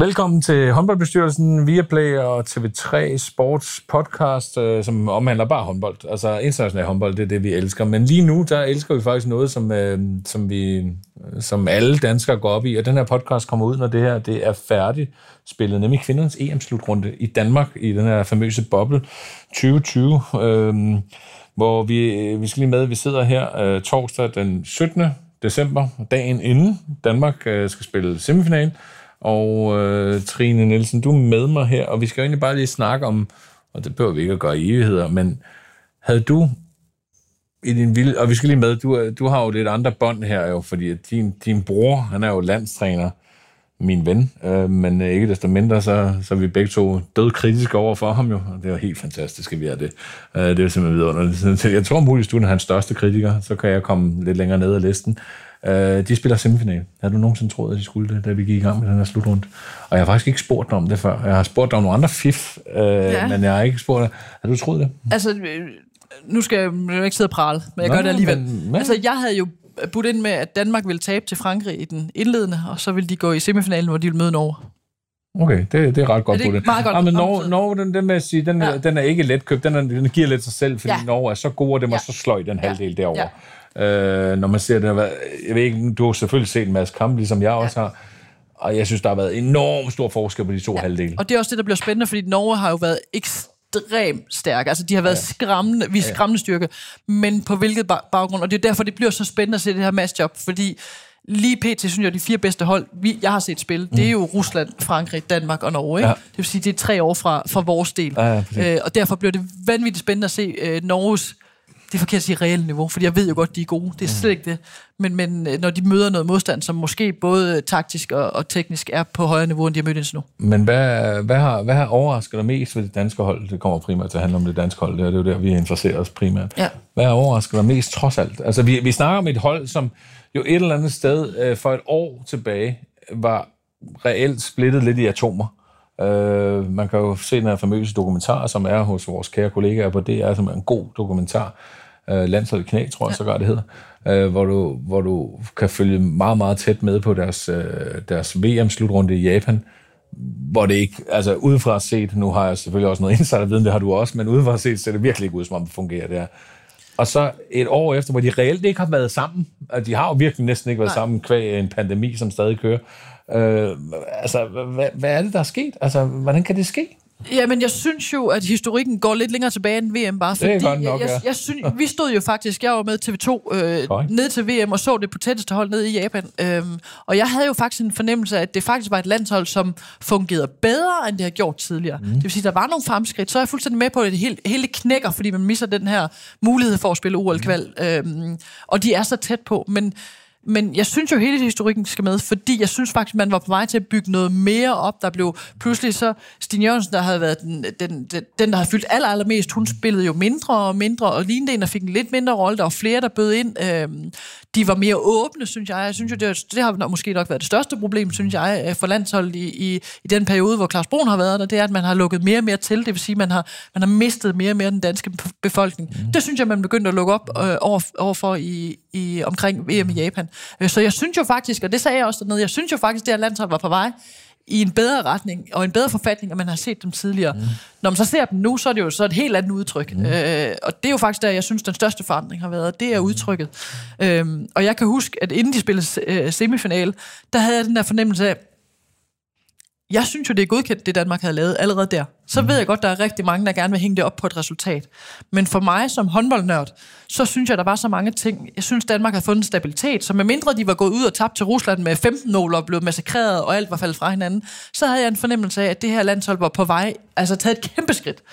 Velkommen til håndboldbestyrelsen, Viaplay og TV3 Sports podcast, som omhandler bare håndbold. Altså international håndbold, det er det, vi elsker. Men lige nu, der elsker vi faktisk noget, som alle danskere går op i. Og den her podcast kommer ud, når det er færdigt spillet, nemlig kvindernes EM-slutrunde i Danmark, i den her famøse boble 2020, hvor vi skal lige med, vi sidder her torsdag den 17. december, dagen inden Danmark skal spille semifinal. Og Trine Nielsen, du er med mig her, og vi skal jo egentlig bare lige snakke om, og det behøver vi ikke at gøre i evigheder, men havde du i din vilde, og vi skal lige med, du har jo lidt andre bånd her jo, fordi din bror, han er jo landstræner, min ven, men ikke desto mindre, så er vi begge to dødkritiske over for ham jo, og det er jo helt fantastisk, at vi er det. Det er jo simpelthen vidunderligt. Jeg tror muligvis, du er hans største kritiker, så kan jeg komme lidt længere ned ad listen. De spiller semifinal. Har du nogensinde troet, at de skulle det, da vi gik i gang med den her slutrunde? Og jeg har faktisk ikke spurgt dig om det før. Jeg har spurgt dig om nogle andre fif, men jeg har ikke spurgt dig. Har du troet det? Altså, nu skal jeg ikke sidde og prale, men jeg gør det alligevel. Men... Altså, jeg havde jo budt ind med, at Danmark ville tabe til Frankrig i den indledende, og så ville de gå i semifinalen, hvor de ville møde Norge. Okay, det er ret godt på det. Meget godt. Ja, men Norge, den vil jeg sige, den er ikke letkøbt. Den giver lidt sig selv, fordi Norge er så god, og det må så sløj den halvdel derovre. Ja. Når man ser det, jeg ved ikke, du har selvfølgelig set en masse kampe, ligesom jeg også har, og jeg synes, der har været enormt stor forskel på de to halvdele. Og det er også det, der bliver spændende, fordi Norge har jo været ekstremt stærke, altså de har været skræmmende styrke, men på hvilket baggrund, og det er derfor, det bliver så spændende at se det her matchup, fordi lige pt. Synes jeg, de 4 bedste hold, jeg har set spille, det er jo Rusland, Frankrig, Danmark og Norge, ikke? Ja. Det vil sige, det er 3 år fra vores del, og derfor bliver det vanvittigt spændende at se Norges, det er forkert at sige reelle niveau, fordi jeg ved jo godt, de er gode. Det er slet ikke det. Men når de møder noget modstand, som måske både taktisk og teknisk er på højere niveau, end de har mødt indtil nu. Men hvad har overrasket dig mest ved det danske hold? Det kommer primært til at handle om det danske hold. Det er jo der, vi interesserer os primært. Ja. Hvad har overrasket dig mest trods alt? Altså, vi snakker om et hold, som jo et eller andet sted for et år tilbage var reelt splittet lidt i atomer. Man kan jo se den her famøse dokumentar, som er hos vores kære kollegaer på DR, som er en god dokumentar. Landshold i knæ, tror jeg så godt det hedder, hvor du kan følge meget, meget tæt med på deres VM-slutrunde i Japan, hvor det ikke, altså udefra set, nu har jeg selvfølgelig også noget insiderviden, det har du også, men udefra set ser det virkelig ikke ud, som om det fungerer der. Og så et år efter, hvor de reelt ikke har været sammen, altså de har jo virkelig næsten ikke været sammen, kvæg en pandemi, som stadig kører. Altså, hvad er det, der er sket? Altså, hvordan kan det ske? Jamen, jeg synes jo, at historikken går lidt længere tilbage end VM, bare fordi det er godt nok, jeg synes, vi stod jo faktisk, jeg var med TV2 ned til VM og så det på tætteste hold nede i Japan, og jeg havde jo faktisk en fornemmelse af, at det faktisk var et landshold, som fungerede bedre, end det har gjort tidligere. Det vil sige, der var nogle fremskridt, så er jeg fuldstændig med på, at det hele knækker, fordi man misser den her mulighed for at spille OL-kval, og de er så tæt på, men jeg synes jo, hele historikken skal med, fordi jeg synes faktisk, man var på vej til at bygge noget mere op. Der blev pludselig så Stine Jørgensen, der havde været den der havde fyldt allermest. Hun spillede jo mindre og mindre, og lignede en, der fik en lidt mindre rolle. Der var flere, der bød ind. De var mere åbne, synes jeg. Jeg synes jo, det har måske nok været det største problem, synes jeg, for landsholdet i den periode, hvor Claus Brun har været der. Det er, at man har lukket mere og mere til. Det vil sige, at man har mistet mere og mere den danske befolkning. Det synes jeg, man begyndte at lukke op overfor omkring VM i Japan. Så jeg synes jo faktisk, og det sagde jeg også dernede, jeg synes jo faktisk, det her landshold var på vej i en bedre retning, og en bedre forfatning, end man har set dem tidligere. Når man så ser dem nu, så er det jo så et helt andet udtryk. Og det er jo faktisk der, jeg synes, den største forandring har været. Det er udtrykket. Og jeg kan huske, at inden de spillede semifinal, der havde jeg den der fornemmelse af, jeg synes jo, det er godkendt, det Danmark havde lavet allerede der. Så ved jeg godt, der er rigtig mange, der gerne vil hænge det op på et resultat. Men for mig som håndboldnørd, så synes jeg, der var så mange ting. Jeg synes, Danmark havde fundet stabilitet, så med mindre de var gået ud og tabt til Rusland med 15-0 og blev massakreret, og alt var faldet fra hinanden, så havde jeg en fornemmelse af, at det her landshold var på vej, altså taget et kæmpe skridt.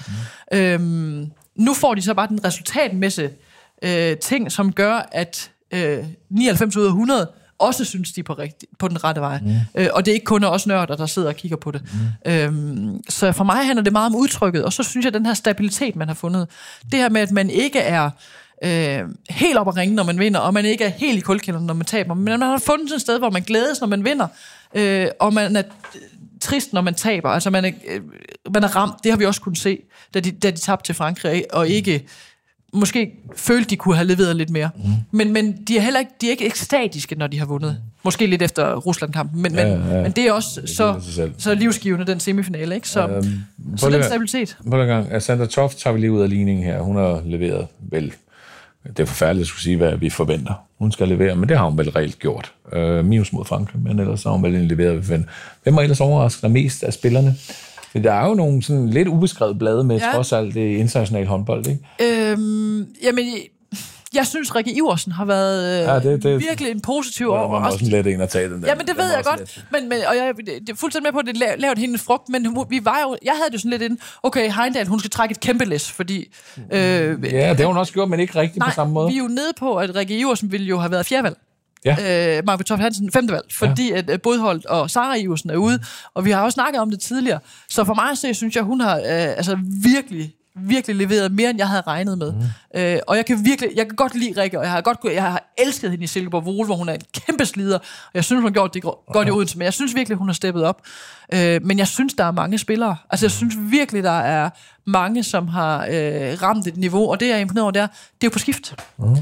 Nu får de så bare den resultatmæssige ting, som gør, at 99 ud af 100 også synes de på den rette vej. Og det er ikke kun os nørder, der sidder og kigger på det. Så for mig handler det meget om udtrykket, og så synes jeg, at den her stabilitet, man har fundet, det her med, at man ikke er helt op at ringe, når man vinder, og man ikke er helt i kulkælderen, når man taber, men man har fundet et sted, hvor man glædes, når man vinder, og man er trist, når man taber. Altså man er ramt, det har vi også kunnet se, da de tabte til Frankrig, og ikke måske følte, de kunne have leveret lidt mere. Men de er heller ikke ekstatiske, når de har vundet. Måske lidt efter Rusland-kampen, men det er også så livsgivende, den semifinale, ikke? Så den stabilitet. På den gang, Sandra Toft tager vi lige ud af ligningen her. Hun har leveret vel. Det er forfærdeligt at skulle sige, hvad vi forventer. Hun skal levere, men det har hun vel reelt gjort. Minus mod Frankrig, men ellers har hun vel leveret, vi forventer. Hvem er ellers overrasket mest af spillerne? Men der er jo nogle sådan lidt ubeskrevet blade med, trods alt det internationale håndbold, ikke? Jamen, jeg synes, Rikke Iversen har været virkelig en positiv år. Det var også let en at tage den der. Jamen, det ved jeg godt. Og jeg er fuldstændig med på, at det lavede hende en frugt, men jeg havde det sådan lidt inden, okay, Heindal, hun skal trække et kæmpe læs, fordi... det har hun også gjort, men ikke rigtigt på samme måde. Vi er jo nede på, at Rikke Iversen ville jo have været fjerdevalg. Marvind Toft Hansen 5. valg, fordi at Bodholt og Sara Iversen er ude, og vi har også snakket om det tidligere. Så for mig at se, synes jeg, hun har virkelig leveret mere, end jeg havde regnet med. Og jeg kan godt lide Rikke, og jeg har elsket hende i Silkeborg Vol, hvor hun er en kæmpe slider, og jeg synes, hun har gjort det godt i Odense, men jeg synes virkelig, hun har steppet op. Men jeg synes, der er mange spillere. Altså, jeg synes virkelig, der er mange, som har ramt et niveau, og det, jeg er imponeret over, det er jo på skift.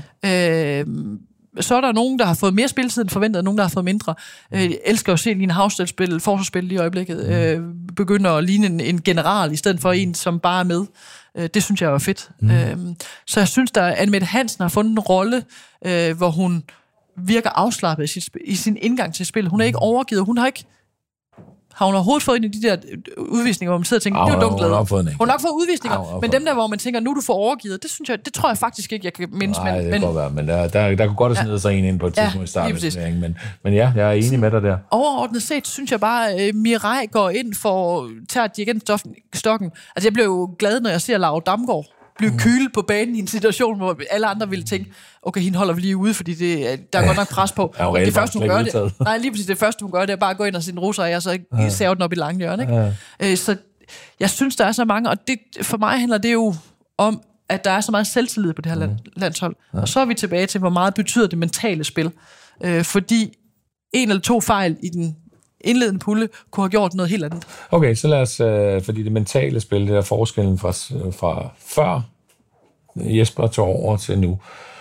Så er der nogen, der har fået mere spilletid end forventet, og nogen, der har fået mindre. Jeg elsker at se Line Havstedt spille forsvarsspil i øjeblikket. Begynder at ligne en general, i stedet for en, som bare er med. Det synes jeg er fedt. Så jeg synes, at Anne-Mette Hansen har fundet en rolle, hvor hun virker afslappet i sin indgang til spil. Hun er ikke overgivet. Har hun overhovedet fået ind i de der udvisninger, hvor man sidder og tænker, det er jo dumt lavet. Hun har nok fået udvisninger, men dem der, hvor man tænker, nu er du får overgivet, det tror jeg faktisk ikke, jeg kan mindes. Nej, det kan godt være, men der kunne godt have snedet sig en ind på et tidspunkt i starten. Men ja, jeg er enig med dig der. Overordnet set, synes jeg bare, at Mirai går ind for at tage dirigentstokken. Altså, jeg blev jo glad, når jeg ser Laura Damgaard blive kylet på banen i en situation, hvor alle andre ville tænke, okay, hende holder vi lige ude, fordi der er godt nok pres på. Det første, hun gør det. Nej, lige præcis det første, hun gør, det er bare at gå ind og sin roser af, og så sæve den op i lange hjørne, ikke? Så jeg synes, der er så mange, og det, for mig handler det jo om, at der er så meget selvtillid på det her landshold. Og så er vi tilbage til, hvor meget betyder det mentale spil. Fordi 1 eller 2 fejl i den indledende pulje kunne have gjort noget helt andet. Okay, så lad os, fordi det mentale spil, det er forskellen fra før Jesper tog over til nu.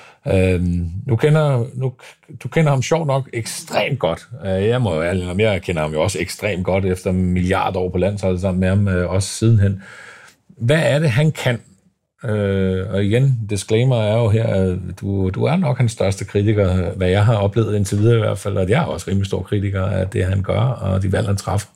Du kender ham sjovt nok ekstremt godt. Jeg kender ham jo også ekstremt godt efter milliarder år på landsholdet sammen med ham, også sidenhen. Hvad er det, han kan? Og igen, disclaimer er jo her, at du er nok hans største kritiker, hvad jeg har oplevet indtil videre i hvert fald, og jeg er også rimelig stor kritiker af det, han gør, og de valg, han træffer.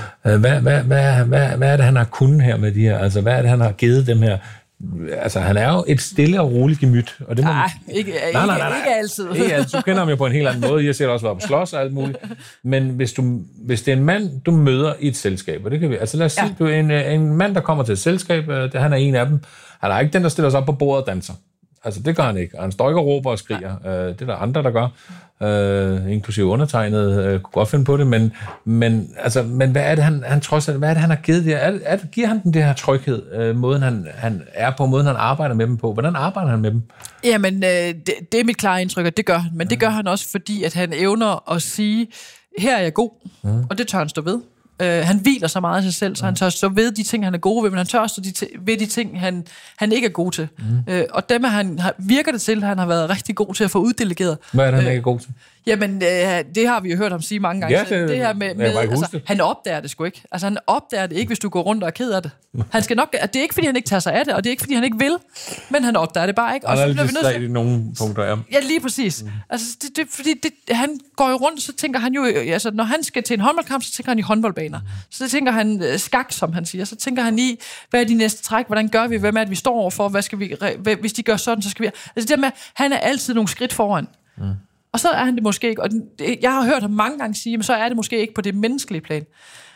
Hvad er det, han har kunnet her med de her? Altså, hvad er det, han har givet dem her? Altså, han er jo et stille og roligt gemyt. Og det ikke altid. Ikke altid. Du kender ham jo på en helt anden måde. Jeg ser også været på slås og alt muligt. Men hvis det er en mand, du møder i et selskab, og det kan vi... Altså, lad os sige, du er en mand, der kommer til et selskab, han er en af dem. Han er ikke den, der stiller sig op på bordet og danser. Altså, det gør han ikke. Han står ikke og råber og skriger. Det er der andre, der gør. Inklusive undertegnet kunne godt finde på det. Men hvad er det, han trods alt... Hvad er det, han har givet det? Giver han dem det her tryghed? Måden, han er på, måden, han arbejder med dem på. Hvordan arbejder han med dem? Jamen, det er mit klare indtryk, at det gør han. Men det gør han også, fordi at han evner at sige, her er jeg god, og det tør han stå ved. Han hviler så meget af sig selv, så han tør stå ved de ting, han er gode ved, men han tør også stå ved de ting, han ikke er god til. Og dem virker det til, at han har været rigtig god til at få uddelegeret. Hvad er det, han ikke er god til? Jamen, det har vi jo hørt ham sige mange gange. Ja, det her med altså, han opdager det sgu ikke. Altså, han opdager det ikke, hvis du går rundt og er ked af det. Han skal nok, det er ikke, fordi han ikke tager sig af det, og det er ikke, fordi han ikke vil, men han opdager det bare ikke. Og så bliver vi nødt til... i nogle punkter, ja. Ja, lige præcis. Altså, fordi han går jo rundt, så tænker han jo, altså, når han skal til en håndboldkamp, så tænker han i håndboldbaner. Så tænker han skak, som han siger. Så tænker han i, hvad er de næste træk, hvordan gør vi, hvem er det, vi står overfor, hvad skal vi, hvis de gør sådan, så skal vi... Altså, det med, han er altid nogle skridt foran. Og så er han det måske ikke, og jeg har hørt ham mange gange sige, men så er det måske ikke på det menneskelige plan.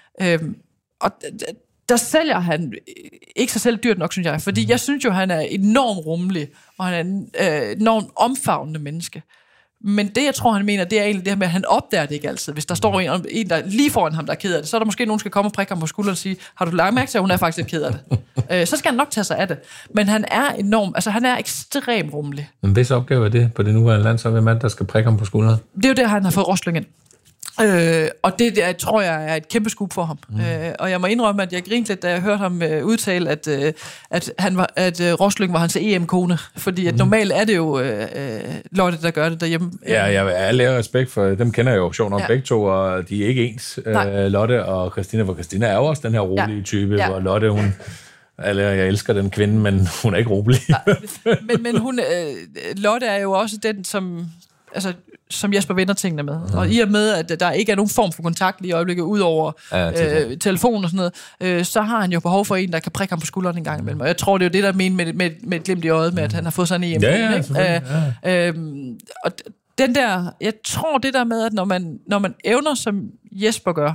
Og der sælger han ikke sig selv dyrt nok, synes jeg, fordi jeg synes jo, han er enormt rummelig, og han er en enormt omfavnende menneske. Men det, jeg tror, han mener, det er egentlig det her med, at han opdager det ikke altid. Hvis der står en, der lige foran ham, der er ked af det, så er der måske nogen, der skal komme og prikke ham på skulderen og sige, har du lagt mærke til, at hun er faktisk ked af det? Så skal han nok tage sig af det. Men han er enormt, altså han er ekstremt rummelig. Men hvis opgave er det på det nuværende land, så er det mand, der skal prikke ham på skulderen? Det er jo det, han har fået Rosling ind. Og det der, tror jeg er et kæmpe skub for ham. Og jeg må indrømme, at jeg grinte lidt, da jeg hørte ham udtale, at Rosling var hans EM-kone. Fordi at normalt er det jo Lotte, der gør det derhjemme. Ja, jeg har alle respekt for dem, kender jeg jo sjovt nok begge to, og de er ikke ens, Lotte og Christina. For Christina er jo også den her rolige type, hvor Lotte, hun... jeg elsker den kvinde, men hun er ikke rolig. men hun, Lotte er jo også den, som Jesper vender tingene med. Og i og med, at der ikke er nogen form for kontakt lige i øjeblikket, ud over telefon og sådan noget, så har han jo behov for en, der kan prikke ham på skulderen en gang imellem. Og jeg tror, det er jo det, der mener med et glimt i øjet, med at han har fået sådan en EM. Og den der, jeg tror det der med, at når man evner, som Jesper gør,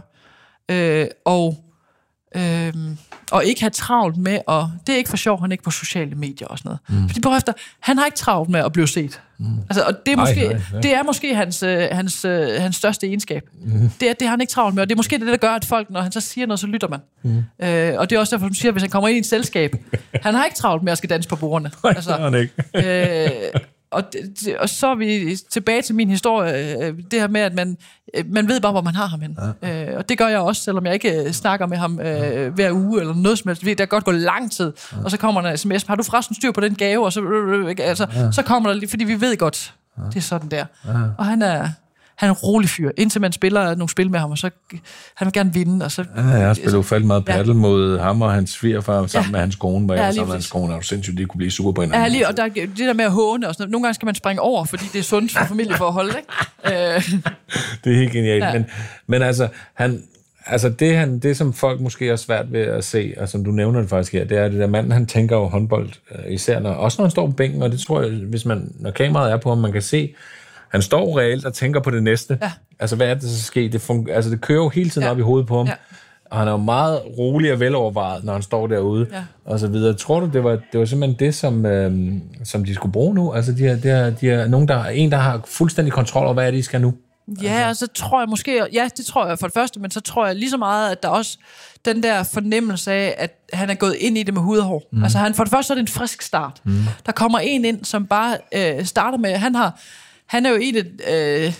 og ikke have travlt med, og det er ikke for sjov, han er ikke på sociale medier og sådan noget. Fordi på efter, han har ikke travlt med at blive set. Altså, og det er det er måske hans største egenskab. Det har han ikke travlt med, og det er måske det, der gør, at folk, når han så siger noget, så lytter man. Og det er også derfor, du siger, hvis han kommer ind i et selskab, han har ikke travlt med at skal danse på bordene. Altså, han ikke. Og så er vi tilbage til min historie, det her med, at man ved bare, hvor man har ham hen. Og det gør jeg også, selvom jeg ikke snakker med ham hver uge, eller noget som helst. Der kan godt gå lang tid, og så kommer der en sms, har du forresten styr på den gave? Og så kommer der lige, fordi vi ved godt, det er sådan der. Og han er en rolig fyr, indtil man spiller nogle spil med ham, og så han vil gerne vinde. Og så, jeg spiller jo faldt meget paddle mod ham og hans svigerfar sammen med hans kone, hvor jeg sammen med hans kone, og sindssygt, de kunne blive super på hinanden. Ja, lige, og der, det der med at håne og sådan noget. Nogle gange skal man springe over, fordi det er sundt for familieforhold, ikke? Det er helt genialt. Ja. Men altså, det som folk måske er svært ved at se, og som du nævner det faktisk her, det er det der mand, han tænker jo håndbold, især når han står på bænken, og det tror jeg, når kameraet er på ham, man kan se, han står reelt og tænker på det næste. Ja. Altså, hvad er det, der skal ske? Det kører jo hele tiden op i hovedet på ham. Ja. Og han er jo meget rolig og velovervejet, når han står derude, og så videre. Tror du, det var simpelthen det, som de skulle bruge nu? Altså, de er nogen, der har fuldstændig kontrol over, hvad de skal nu? Ja, altså tror jeg måske... Ja, det tror jeg for det første, men så tror jeg lige så meget, at der også den der fornemmelse af, at han er gået ind i det med hud og hår. Altså, for det første så er det en frisk start. Der kommer en ind, som bare starter med... Han er jo i det...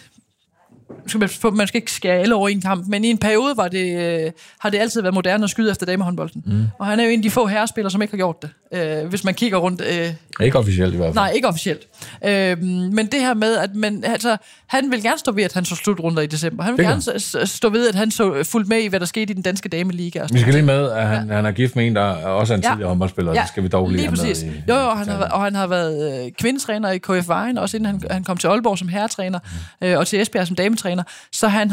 man skal ikke skære alle over i en kamp, men i en periode har det altid været moderne at skyde efter damehåndbolden. Og han er jo en af de få herrespillere, som ikke har gjort det. Hvis man kigger rundt... Ikke officielt i hvert fald. Nej, ikke officielt. Men det her med, at han vil gerne stå ved, at han så slutrunder i december. Han vil gerne stå ved, at han så fuldt med i, hvad der skete i den danske dameliga. Vi skal lige med, at han er gift med en, der også er en tidligere håndboldspiller. Det skal vi dog lige have med i. Jo, han har været kvindetræner i KF Vejen, også inden han kom til Aalborg som herretræner, og til Esbjerg som dametræner. Så han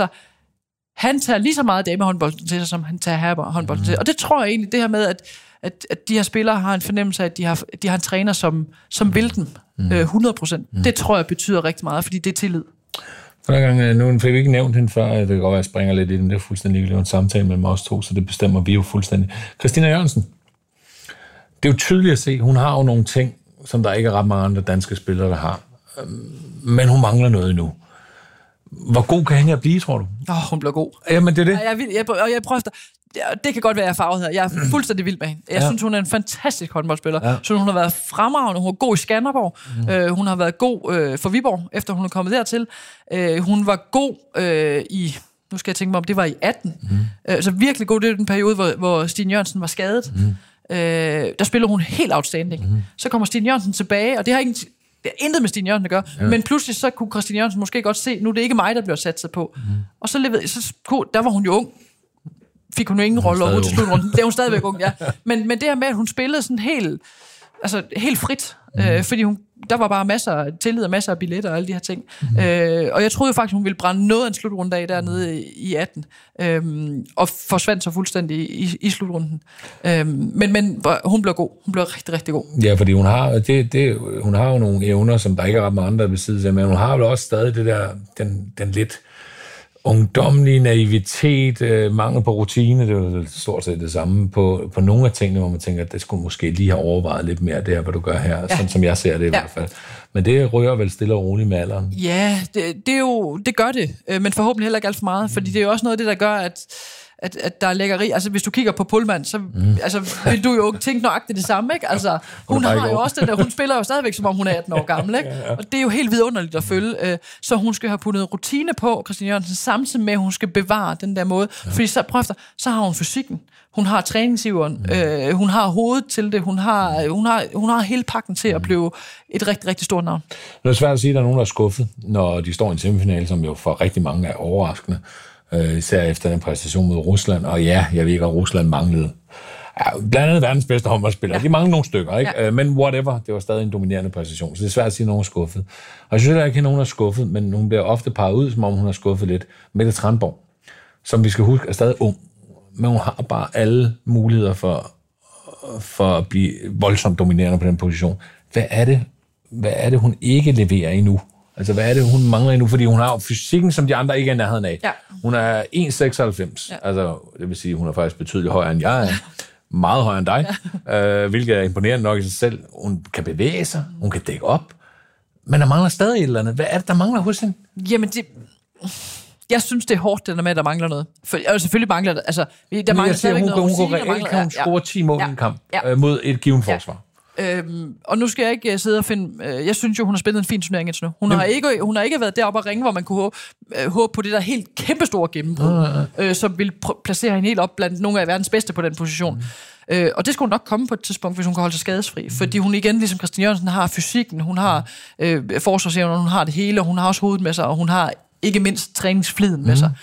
tager lige så meget damehåndbolden til sig, som han tager herrehåndbolden til. Og det tror jeg egentlig, det her med, at de her spillere har en fornemmelse af, at de har en træner, som vil dem 100%. Det tror jeg betyder rigtig meget, fordi det er tillid. For der gang, nu fik vi ikke nævnt hende før, det kan godt være, at jeg springer lidt i den, det er fuldstændig ikke en samtale mellem os to, så det bestemmer vi jo fuldstændig. Christina Jørgensen, det er jo tydeligt at se, hun har jo nogle ting, som der ikke er ret mange andre danske spillere, der har. Men hun mangler noget endnu. Hvor god kan hende blive, tror du? Hun bliver god. Jamen, det er det. Jeg prøver efter... Det kan godt være, at jeg er farvet her. Jeg er fuldstændig vild med hende. Jeg synes, hun er en fantastisk håndboldspiller. Jeg synes, hun har været fremragende. Hun var god i Skanderborg. Hun har været god for Viborg, efter hun er kommet dertil. Hun var god i... Nu skal jeg tænke mig om, det var i 18. Så virkelig god. Det er den periode, hvor Stine Jørgensen var skadet. Der spiller hun helt outstanding. Så kommer Stine Jørgensen tilbage, og det har intet med Stine Jørgensen at gøre, men pludselig så kunne Christine Jørgensen måske godt se, nu er det ikke mig, der bliver satset på. Og så der var hun jo ung. Fik hun jo ingen rolle overhovedet til slutrunden. Det er hun stadigvæk ung, ja. Men det her med, at hun spillede sådan helt frit, fordi der var bare masser af tillid og masser af billetter og alle de her ting. Og jeg troede jo faktisk, hun ville brænde noget af en slutrunde af dernede i 18, og forsvandt så fuldstændig i slutrunden. Men hun blev god. Hun blev rigtig, rigtig god. Ja, fordi hun har jo nogle evner, som der ikke er ret mange andre i besiddelse af, men hun har jo også stadig det der, den lidt ungdomlige naivitet, mangel på rutine, det er jo stort set det samme på nogle af tingene, hvor man tænker, at det skulle måske lige have overvejet lidt mere, det her, hvad du gør her, sådan som jeg ser det i hvert fald. Men det rører vel stille og roligt med alderen. Ja, det gør det, men forhåbentlig heller ikke alt for meget, fordi det er jo også noget af det, der gør, at der er lækkeri. Altså, hvis du kigger på Pullman, så vil du jo tænke nøjagtigt det samme, ikke? Altså, hun har jo også den der, hun spiller jo stadigvæk, som om hun er 18 år gammel, ikke? Og det er jo helt vidunderligt at følge. Så hun skal have puttet rutine på, Christine Jørgensen, samtidig med, at hun skal bevare den der måde. Fordi så, prøv efter, så har hun fysikken, hun har træningsiveren, hun har hovedet til det, hun har hele pakken til at blive et rigtig, rigtig stort navn. Det er svært at sige, at der er nogen, der er skuffet, når de står i en semifinale, som jo for rigtig mange er overraskende. Især efter den præstation mod Rusland. Og ja, jeg ved ikke, at Rusland manglede blandt andet verdens bedste håndboldspiller. Ja. De manglede nogle stykker, ikke? Ja. Men whatever, det var stadig en dominerende præstation. Så det er svært at sige, at nogen er skuffet. Og jeg synes heller ikke, at nogen er skuffet, men hun bliver ofte parret ud, som om hun er skuffet lidt. Mette Tranborg, som vi skal huske, er stadig ung. Men hun har bare alle muligheder for at blive voldsomt dominerende på den position. Hvad er det, hun ikke leverer endnu? Altså, hvad er det, hun mangler endnu? Fordi hun har jo fysikken, som de andre ikke er i nærheden af. Ja. Hun er 1,96. Ja. Altså, det vil sige, hun er faktisk betydeligt højere end jeg er. Meget højere end dig. Ja. Hvilket er imponerende nok i sig selv. Hun kan bevæge sig. Hun kan dække op. Men der mangler stadig et eller andet. Hvad er det, der mangler hos hende? Jamen, jeg synes, det er hårdt, det der med, at der mangler noget. Og selvfølgelig mangler det. Altså, der mangler stadig noget. Hun kan score 10 mål i en kamp mod et givet forsvar. Og nu skal jeg ikke sidde og finde... jeg synes jo, hun har spillet en fin turnering indtil nu. Hun har ikke været deroppe og ringe, hvor man kunne håbe på det der helt kæmpestore gennembrud, som vil placere hende helt op blandt nogle af verdens bedste på den position. Og det skulle hun nok komme på et tidspunkt, hvis hun kan holde sig skadesfri. Fordi hun igen, ligesom Christine Jørgensen, har fysikken, hun har forsvarsevnen, hun har det hele, og hun har også hovedet med sig, og hun har ikke mindst træningsfliden med sig.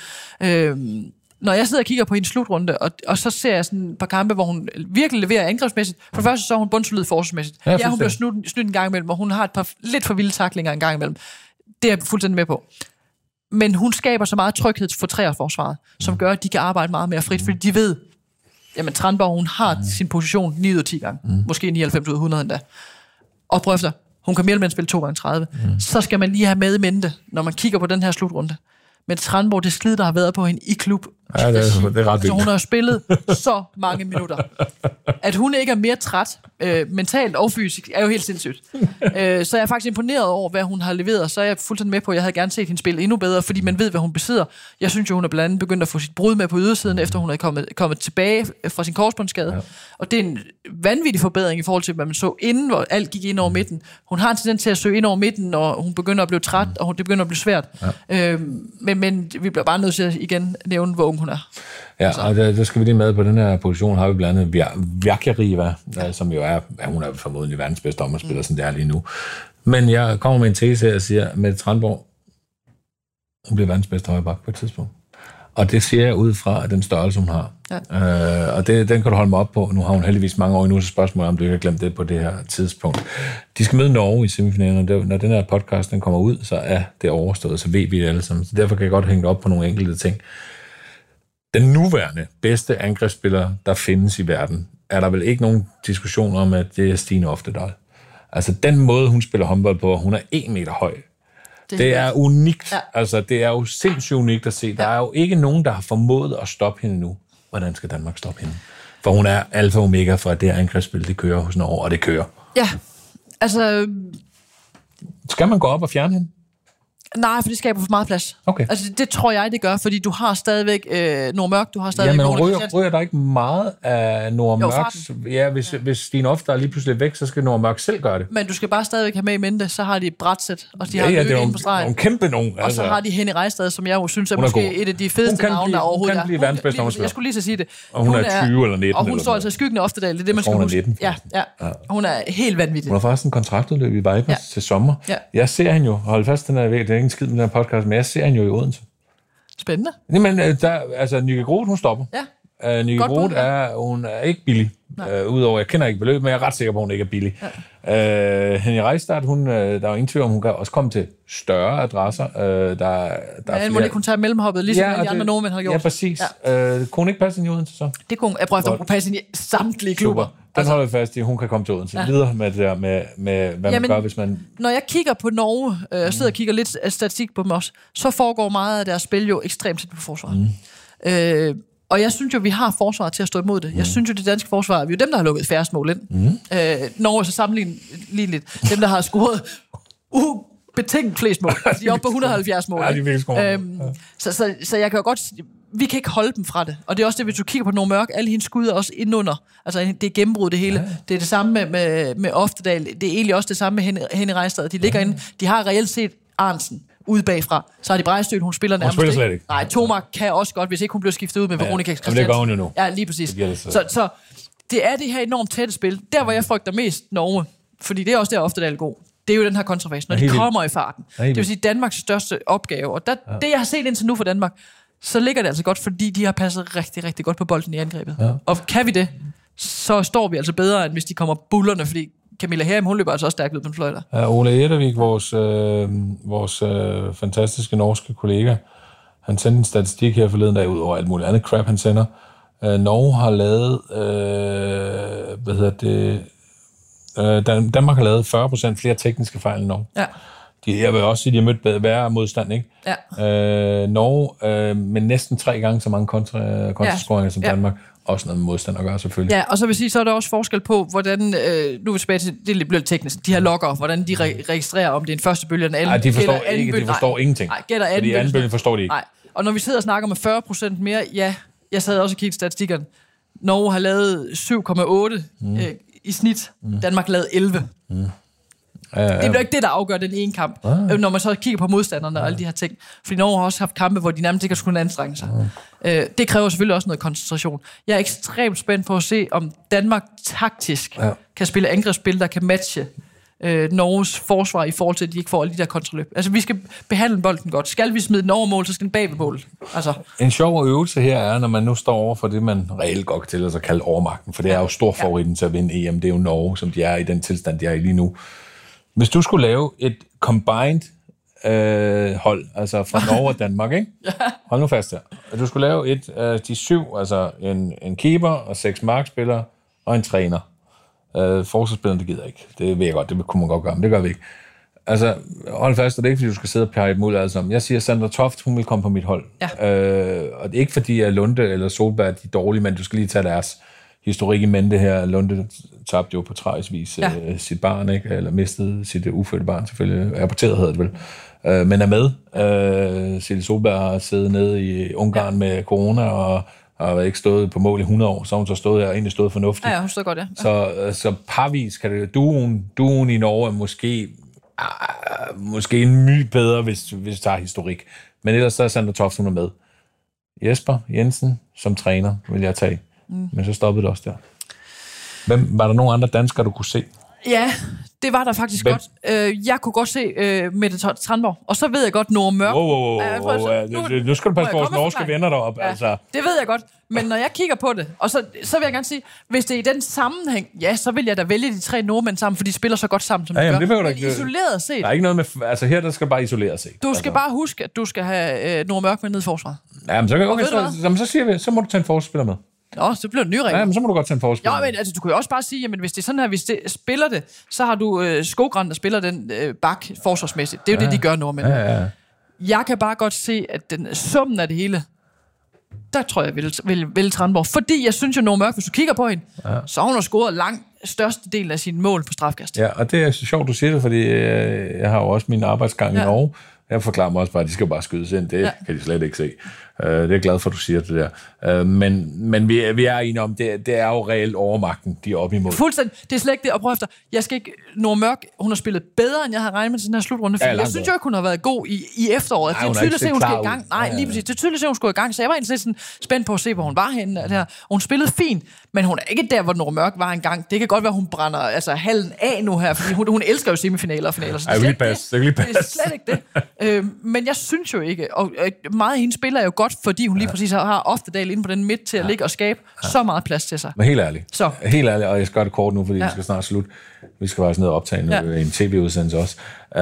Når jeg sidder og kigger på hendes slutrunde, og så ser jeg sådan et par kampe, hvor hun virkelig leverer angrebsmæssigt. For det første så er hun bundsolid forsvarsmæssigt. Ja, hun bliver snydt en gang imellem, og hun har et par lidt for vilde tacklinger en gang imellem. Det er jeg fuldstændig med på. Men hun skaber så meget tryghed for træerforsvaret, som gør, at de kan arbejde meget mere frit, fordi de ved, jamen Tranborg, hun har sin position 9 ud af 10 gange. Måske 99 ud af 100 endda. Og prøv efter, hun kan mere eller mindre spille 2 gange 30. Så skal man lige have med i mente, når man kigger på den her slutrunde. Men Tranborg, det slid, der har været på hende i klub. Ja, det er ret vildt. Altså, hun har spillet så mange minutter. At hun ikke er mere træt, mentalt og fysisk, er jo helt sindssygt. Så jeg er faktisk imponeret over, hvad hun har leveret. Så er jeg fuldstændig med på, at jeg havde gerne set hende spille endnu bedre, fordi man ved, hvad hun besidder. Jeg synes jo, hun er blandt andet begyndt at få sit brud med på ydersiden, efter hun er kommet tilbage fra sin korsbåndsskade. Ja. Og det er en vanvittig forbedring i forhold til, hvad man så inden, hvor alt gik ind over midten. Hun har en tendens til at søge ind over midten, og hun begynder at blive træt, og det begynder at blive svært. Ja. Men vi bliver bare nødt til at igen nævne, hvor ung hun er. Ja, og der skal vi lige med på den her position, har vi blandt andet Vjakariva, som jo er, hun er formodentlig verdens bedste dommerspiller, sådan det er lige nu. Men jeg kommer med en tese her og siger, at Mette Tranborg, hun bliver verdens bedste højreback på et tidspunkt. Og det siger jeg ud fra den størrelse, hun har. Ja. Og den kan du holde mig op på. Nu har hun heldigvis mange år endnu, så spørgsmålet om du ikke har glemt det på det her tidspunkt. De skal møde Norge i semifinalen, når den her podcast den kommer ud, så er det overstået, så ved vi det alle sammen. Så derfor kan jeg godt hænge det op på nogle enkelte ting. Den nuværende bedste angrebsspiller, der findes i verden, er der vel ikke nogen diskussion om, at det er Stine Oftedal. Altså den måde, hun spiller håndbold på, hun er 1 meter høj. Det er unikt. Ja. Altså, det er jo sindssygt unikt at se. Der er jo ikke nogen, der har formået at stoppe hende nu. Hvordan skal Danmark stoppe hende? For hun er alfa og omega for, at det her angrebsspil, det kører hos Norge, og det kører. Ja, altså... Skal man gå op og fjerne hende? Nej, for det skaber for meget plads. Okay. Altså, det tror jeg, det gør, fordi du har stadigvæk Nordmørk, du har stadigvæk... Ja, men ryger der ikke meget af Nordmørks... Ja, hvis Stine Oftedal lige pludselig er væk, så skal Nordmørk selv gøre det. Men du skal bare stadigvæk have med i mente, så har de Bratsæt, og de har Løkke inde på stregen. Det er kæmpe nogen. Altså. Og så har de Henny Rejstad, som jeg jo synes er måske et af de fedeste navne, der overhovedet er. Hun kan blive verdens bedste dommerspiller. Jeg skulle lige så sige det. Og hun er 20 eller 19. Og hun står altså i skyggen af Oftedal, det er det, man skal huske. 19, ja. Hun er helt vanvittig. Hun har faktisk en kontraktudløb i Vipers til sommer. Jeg ser hende jo, hold fast, den er væk, det er ikke en skid med den her podcast, men jeg ser hende jo i Odense. Spændende. Jamen, altså, Nykke Groth, hun stopper. Ja. Nykke Groth hun er ikke billig. Udover, jeg kender ikke beløb, men jeg er ret sikker på, at hun ikke er billig. Ja. Henny Rejstad, der er jo ingen tvivl om, hun kan også komme til større adresser. Men må ikke hun tage mellemhoppet, ligesom de andre nordmænd har gjort. Ja, præcis. Ja. Kunne hun ikke passe ind i Odense så? Det kunne jeg prøver at kunne passe ind i samtlige klubber. Den holder vi fast i, hun kan komme til Odense. Videre med det der med hvad man gør, hvis man... Når jeg kigger på Norge, sidder og kigger lidt statistik på dem også, så foregår meget af deres spil jo ekstremt tæt på forsvaret. Og jeg synes jo, vi har forsvaret til at stå imod det. Jeg synes jo, det danske forsvar er jo dem, der har lukket færrest mål ind. Norge er så sammenlignet dem, der har scoret betinget flest mål. Altså, de er oppe på 170 mål. Ja, de er virkelig så jeg kan jo godt... vi kan ikke holde dem fra det. Og det er også det, hvis du kigger på Nora Mørk, alle hendes skud er også indunder. Altså, det er gennembrud det hele. Ja. Det er det samme med Oftedal. Det er egentlig også det samme med Henny Rejstad. De ligger inde. De har reelt set Arnsen ude bagfra. Så har de Brejstøl, hun spiller nærmest ikke. Slet ikke. Nej, Tomark kan også godt, hvis ikke hun bliver skiftet ud med Veronica Christiansen. Men det gør hun jo nu. Ja, lige præcis. Så det er det her enormt tætte spil. Der, hvor jeg frygter mest Norge, fordi det er også der Oftedal er god. Det er jo den her kontrafase, når de kommer i farten. Det vil sige Danmarks største opgave. Og det, jeg har set indtil nu for Danmark, så ligger det altså godt, fordi de har passet rigtig, rigtig godt på bolden i angrebet. Ja. Og kan vi det, så står vi altså bedre, end hvis de kommer bullerne, fordi Camilla Herrim, hun løber altså også stærkt ud på en fløjter. Ja, Ole Eddervik, vores fantastiske norske kollega, han sendte en statistik her forleden dag, ud over alt muligt andet crap, han sender. Norge har lavet, Danmark har lavet 40% flere tekniske fejl end Norge. Ja. Jeg vil også sige, at de har mødt værre modstand, ikke? Ja. Norge med næsten 3 gange så mange kontrascoringer som Danmark. Også noget med modstand at gøre, selvfølgelig. Ja, og så vil sige, så er der også forskel på, hvordan, nu er vi tilbage til, det bliver lidt teknisk, de her logger, hvordan de registrerer, om det er en første bølge eller en anden. Nej, de forstår ingenting. Nej, gætter anden bølge. Fordi anden bølge forstår de ikke. Nej, og når vi sidder og snakker med 40% mere, ja, jeg sad også og kiggede statistikkerne. Norge har lavet 7,8 i snit. Danmark lavede 11. Det bliver ikke det, der afgør den ene kamp, når man så kigger på modstanderne og alle de her ting. Fordi Norge har også haft kampe, hvor de nærmest ikke har skulle anstrenge sig. Det kræver selvfølgelig også noget koncentration. Jeg er ekstremt spændt på at se, om Danmark taktisk kan spille angrebsspil, der kan matche Norges forsvar i forhold til, at de ikke får alle de der kontraløb. Altså, vi skal behandle bolden godt. Skal vi smide den over mål, så skal den bag ved målet. Altså. En sjov øvelse her er, når man nu står over for det, man reelt godt til at kalde overmagten, for det er jo stor favoritten til at vinde EM. Det er jo Norge, som de er i den tilstand, de er i lige nu. Hvis du skulle lave et combined hold, altså fra Norge og Danmark, ikke? Hold nu fast her. Du skulle lave de 7, altså en keeper og 6 markspillere og en træner. Forsvarsspilleren, det gider ikke. Det ved jeg godt, det kunne man godt gøre, men det gør vi ikke. Altså, hold fast, og det er ikke, fordi du skal sidde og pege et mål alle sammen. Jeg siger, Sandra Toft, hun vil komme på mit hold. Ja. Og det er ikke, fordi at Lunde eller Solberg er de dårlige, men du skal lige tage deres historik i mente her. Lunde tabte jo på tragisk vis sit barn, ikke? Eller mistede sit ufødte barn, selvfølgelig. Aborteret hedder det vel. Men er med. Silje Solberg har siddet nede i Ungarn med corona, og har ikke stået på mål i 100 år, så hun så stået her og egentlig stået fornuftigt. Ja, hun stod godt, ja. Så parvis kan det... Duen i Norge er måske en my bedre, hvis vi tager historik. Men ellers så er Sandra Toft, hun er med. Jesper Jensen som træner vil jeg tage. Men så stoppede det også der. Var der nogen andre danskere, du kunne se? Ja, det var der faktisk godt. Jeg kunne godt se Mette Tranborg. Og så ved jeg godt, Nora Mørk. Nu skal du passe på vores norske venner deroppe. Ja, altså. Det ved jeg godt. Men når jeg kigger på det, og så vil jeg gerne sige, hvis det er i den sammenhæng, ja, så vil jeg da vælge de 3 nordmænd sammen, for de spiller så godt sammen, som de gør. Men isoleret set... Der er ikke noget med... Altså her, der skal bare isoleret set. Du skal bare huske, at du skal have Nora Mørk med ned i forsvaret. Jamen, så siger vi, så må du tage en forsvarsspiller med. Nå, så bliver det nye regler. Ja, men så må du godt tage en forsvar. Ja, men altså, du kan jo også bare sige, jamen hvis det er sådan her, hvis det spiller det, så har du Skogran, der spiller den bak forsvarsmæssigt. Det er jo det, de gør nordmænd. Ja. Jeg kan bare godt se, at den summen af det hele, der tror jeg, vil Tranborg. Fordi jeg synes jo, Nora Mørk, hvis du kigger på hende, så har hun scoret langt størstedelen af sine mål på strafkast. Ja, og det er sjovt, du siger det, fordi jeg har jo også min arbejdsgang i Norge. Jeg forklarer mig også bare, at de skal bare skydes ind. Det kan de slet ikke se. Det er jeg glad for, at du siger det der. Men vi er enige om, det er jo reelt overmagten, de er op imod. Fuldstændig. Det er slet ikke det. Og prøv efter, jeg skal ikke... Nora Mørk, hun har spillet bedre, end jeg havde regnet med til den her slutrunde. Ja, jeg synes jo ikke, hun har været god i efteråret. Det er tydeligt at se, hun skal i gang. Nej, lige præcis. Det er tydeligt at se, hun skulle i gang. Så jeg var egentlig sådan spændt på at se, hvor hun var henne. Og hun spillede fint, men hun er ikke der, hvor Nora Mørk var engang. Det kan godt være, hun brænder hallen af nu her, fordi hun elsker jo semifinaler og finaler. Så det er slet ikke det. Men jeg synes jo ikke, og meget af hende spiller jo godt, fordi hun lige præcis har Oftedal inde på den midt til at ligge og skabe så meget plads til sig. Men helt ærligt. Helt ærligt, og jeg skal gøre det kort nu, fordi vi skal snart slutte. Vi skal faktisk ned og optage en tv-udsendelse også.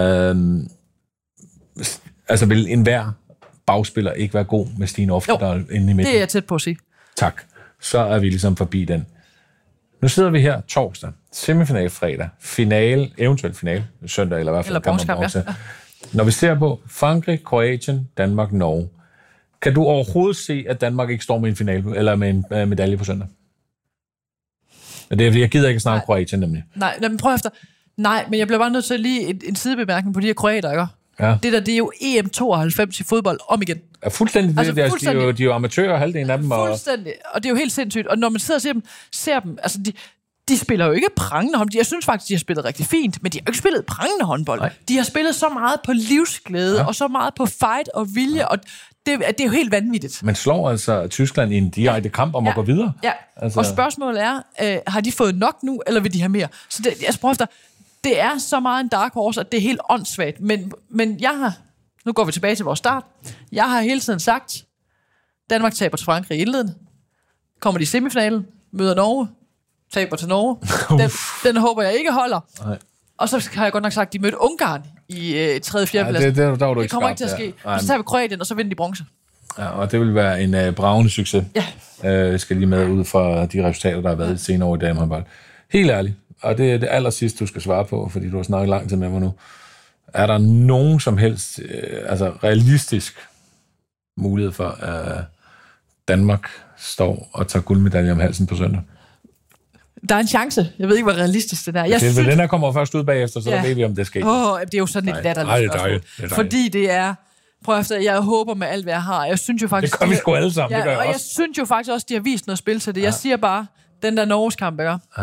Altså, vil enhver bagspiller ikke være god med Stine Oftedal inde i midten? Det er jeg tæt på at sige. Tak. Så er vi ligesom forbi den. Nu sidder vi her torsdag, semifinal fredag, finale, eventuelt finale, søndag eller i hvert fald kamp. Når vi ser på Frankrig, Kroatien, Danmark, Norge, kan du overhovedet se, at Danmark ikke står med en finale eller med en medalje på søndag? Det er fordi, jeg gider ikke snakke om Kroatien nemlig. Nej, men prøv efter. Nej, men jeg bliver bare nødt til lige en sidebemærkning på de her kroater, ikke? Ja. Det er jo EM92 i fodbold om igen. Ja, fuldstændig. Altså, de er jo amatører, halvdelen af dem. Fuldstændig. Og det er jo helt sindssygt. Og når man sidder og ser dem altså de spiller jo ikke prangende håndbold. Jeg synes faktisk, de har spillet rigtig fint, men de har jo ikke spillet prangende håndbold. Nej. De har spillet så meget på livsglæde, og så meget på fight og vilje, og det er jo helt vanvittigt. Man slår altså Tyskland i en direkte kamp om at gå videre. Ja, altså. Og spørgsmålet er, har de fået nok nu, eller vil de have mere? Så det er så meget en dark horse, at det er helt åndssvagt. Men nu går vi tilbage til vores start. Jeg har hele tiden sagt, Danmark taber til Frankrig i indledende. Kommer de i semifinalen, møder Norge, taber til Norge. Den håber jeg ikke holder. Nej. Og så har jeg godt nok sagt, at de mødte Ungarn i 3. og 4. plads. Det kommer ikke til at ske. Og så tager vi Kroatien, og så vinder de bronze. Ja, og det vil være en bragende succes. Ja. Skal lige med ud fra de resultater, der har været senere over i damehåndbold. Helt ærligt. Og det er det allersidste, du skal svare på, fordi du har snakket lang tid med mig nu. Er der nogen som helst realistisk mulighed for, at Danmark står og tager guldmedalje om halsen på søndag? Der er en chance. Jeg ved ikke, hvor realistisk det er. Den her kommer først ud bagefter, så der ved vi, om det sker. Det er jo sådan et latterligt spørgsmål. Fordi det er... Prøv efter, jeg håber med alt, hvad jeg har. Jeg synes jo faktisk... Det kommer vi sgu alle sammen, det gør jeg også. Og jeg synes jo faktisk også, de har vist noget spil til det. Jeg siger bare, den der Norges kamp,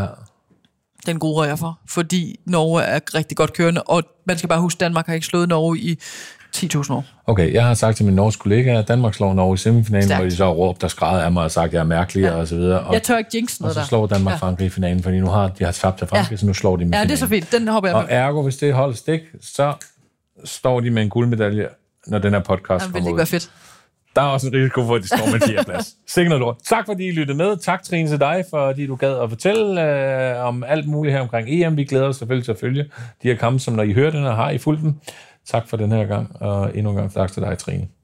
den gruer jeg for. Fordi Norge er rigtig godt kørende, og man skal bare huske, Danmark har ikke slået Norge i 10.000 år. Okay, jeg har sagt til min norske kollega, at Danmark slår Norge i semifinalen, hvor de så råbt og skrædder af mig og sagt, at jeg er mærkelig og så videre. Og, jeg tør ikke jinx noget der. Og så slår Danmark Frankrig i finalen, fordi nu har de har tabt til Frankrig, så nu slår de med finalen. Det er så fint. Den hopper jeg med. Og ergo, hvis det holder stik, så står de med en guldmedalje, når den her podcast kommer ud. Det vil ikke være fedt. Der er også en risiko for, at de står med 4. plads. Sikkert noget lort. Tak fordi I lyttede med. Tak Trine til dig, fordi du gad at fortælle om alt muligt her omkring EM. Vi glæder os selvfølgelig til at følge de her kampe, som når I hører den her, har I fulgt dem. Tak for den her gang, og endnu en gang tak til dig, Trine.